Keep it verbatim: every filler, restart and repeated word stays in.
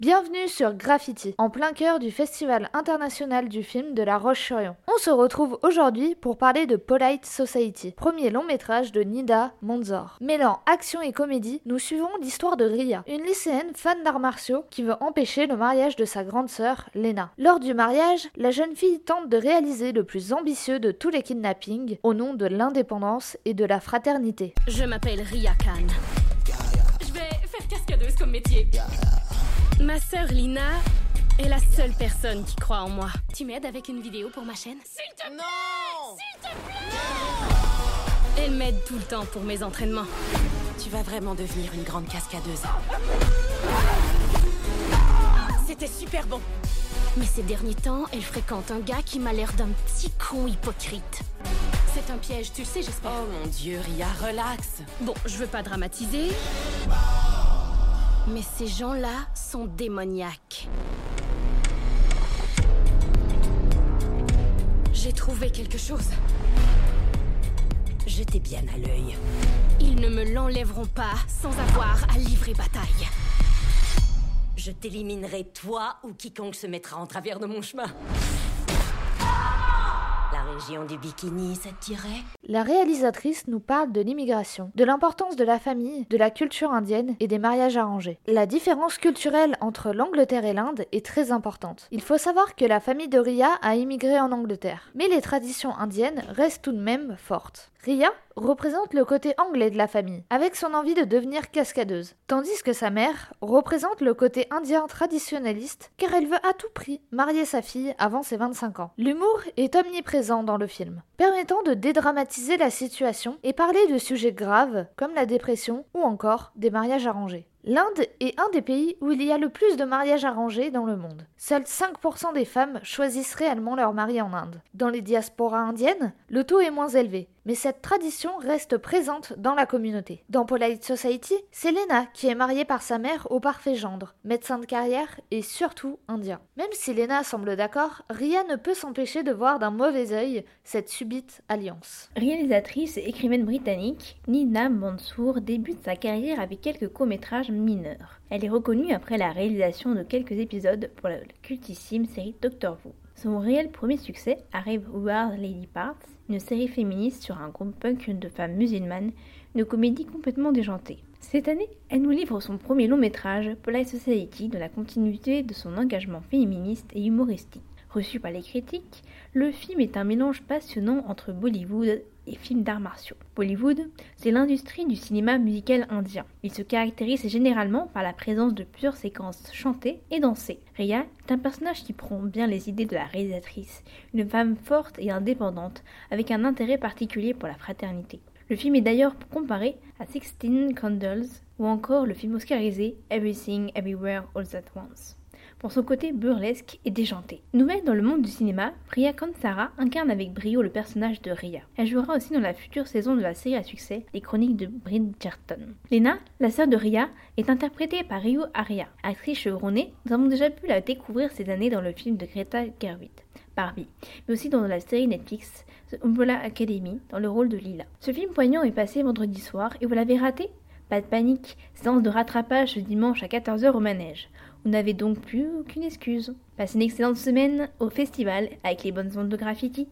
Bienvenue sur Graffiti, en plein cœur du Festival international du film de La Roche-sur-Yon. On se retrouve aujourd'hui pour parler de Polite Society, premier long métrage de Nida Manzoor. Mêlant action et comédie, nous suivons l'histoire de Ria, une lycéenne fan d'arts martiaux qui veut empêcher le mariage de sa grande sœur, Lena. Lors du mariage, la jeune fille tente de réaliser le plus ambitieux de tous les kidnappings au nom de l'indépendance et de la fraternité. Je m'appelle Ria Khan. Je vais faire cascadeuse comme métier. Ma sœur Lina est la seule personne qui croit en moi. Tu m'aides avec une vidéo pour ma chaîne? S'il te plaît! Non! S'il te plaît! Non! Elle m'aide tout le temps pour mes entraînements. Tu vas vraiment devenir une grande cascadeuse. C'était super bon. Mais ces derniers temps, elle fréquente un gars qui m'a l'air d'un petit con hypocrite. C'est un piège, tu le sais, j'espère. Oh mon Dieu, Ria, relax. Bon, je veux pas dramatiser, mais ces gens-là sont démoniaques. J'ai trouvé quelque chose. Je t'ai bien à l'œil. Ils ne me l'enlèveront pas sans avoir à livrer bataille. Je t'éliminerai, toi ou quiconque se mettra en travers de mon chemin. La région du bikini, ça te dirait? La réalisatrice nous parle de l'immigration, de l'importance de la famille, de la culture indienne et des mariages arrangés. La différence culturelle entre l'Angleterre et l'Inde est très importante. Il faut savoir que la famille de Ria a immigré en Angleterre, mais les traditions indiennes restent tout de même fortes. Ria représente le côté anglais de la famille, avec son envie de devenir cascadeuse, tandis que sa mère représente le côté indien traditionnaliste, car elle veut à tout prix marier sa fille avant ses vingt-cinq ans. L'humour est omniprésent dans le film, permettant de dédramatiser la situation et parler de sujets graves comme la dépression ou encore des mariages arrangés. L'Inde est un des pays où il y a le plus de mariages arrangés dans le monde. Seuls cinq pour cent des femmes choisissent réellement leur mari en Inde. Dans les diasporas indiennes, le taux est moins élevé, mais cette tradition reste présente dans la communauté. Dans Polite Society, c'est Lena qui est mariée par sa mère au parfait gendre, médecin de carrière et surtout indien. Même si Lena semble d'accord, Ria ne peut s'empêcher de voir d'un mauvais œil cette subite alliance. Réalisatrice et écrivaine britannique, Nida Manzoor débute sa carrière avec quelques courts-métrages mineurs. Elle est reconnue après la réalisation de quelques épisodes pour la cultissime série Doctor Who. Son réel premier succès arrive Who Are Lady Parts, une série féministe sur un groupe punk de femmes musulmanes, une comédie complètement déjantée. Cette année, elle nous livre son premier long métrage, Polite Society, dans la continuité de son engagement féministe et humoristique. Reçu par les critiques, le film est un mélange passionnant entre Bollywood et films d'arts martiaux. Bollywood, c'est l'industrie du cinéma musical indien. Il se caractérise généralement par la présence de plusieurs séquences chantées et dansées. Ria est un personnage qui prend bien les idées de la réalisatrice, une femme forte et indépendante, avec un intérêt particulier pour la fraternité. Le film est d'ailleurs comparé à Sixteen Candles ou encore le film oscarisé Everything Everywhere All at Once, pour son côté burlesque et déjanté. Nouvelle dans le monde du cinéma, Priya Kansara incarne avec brio le personnage de Ria. Elle jouera aussi dans la future saison de la série à succès Les Chroniques de Bridgerton. Lena, la sœur de Ria, est interprétée par Ryu Arya. Actrice chevronnée, nous avons déjà pu la découvrir cette année dans le film de Greta Gerwig, Barbie, mais aussi dans la série Netflix The Umbrella Academy dans le rôle de Lila. Ce film poignant est passé vendredi soir et vous l'avez raté? Pas de panique, séance de rattrapage ce dimanche à quatorze heures au manège. Vous n'avez donc plus aucune excuse. Passez une excellente semaine au festival avec les bonnes ondes de graffiti.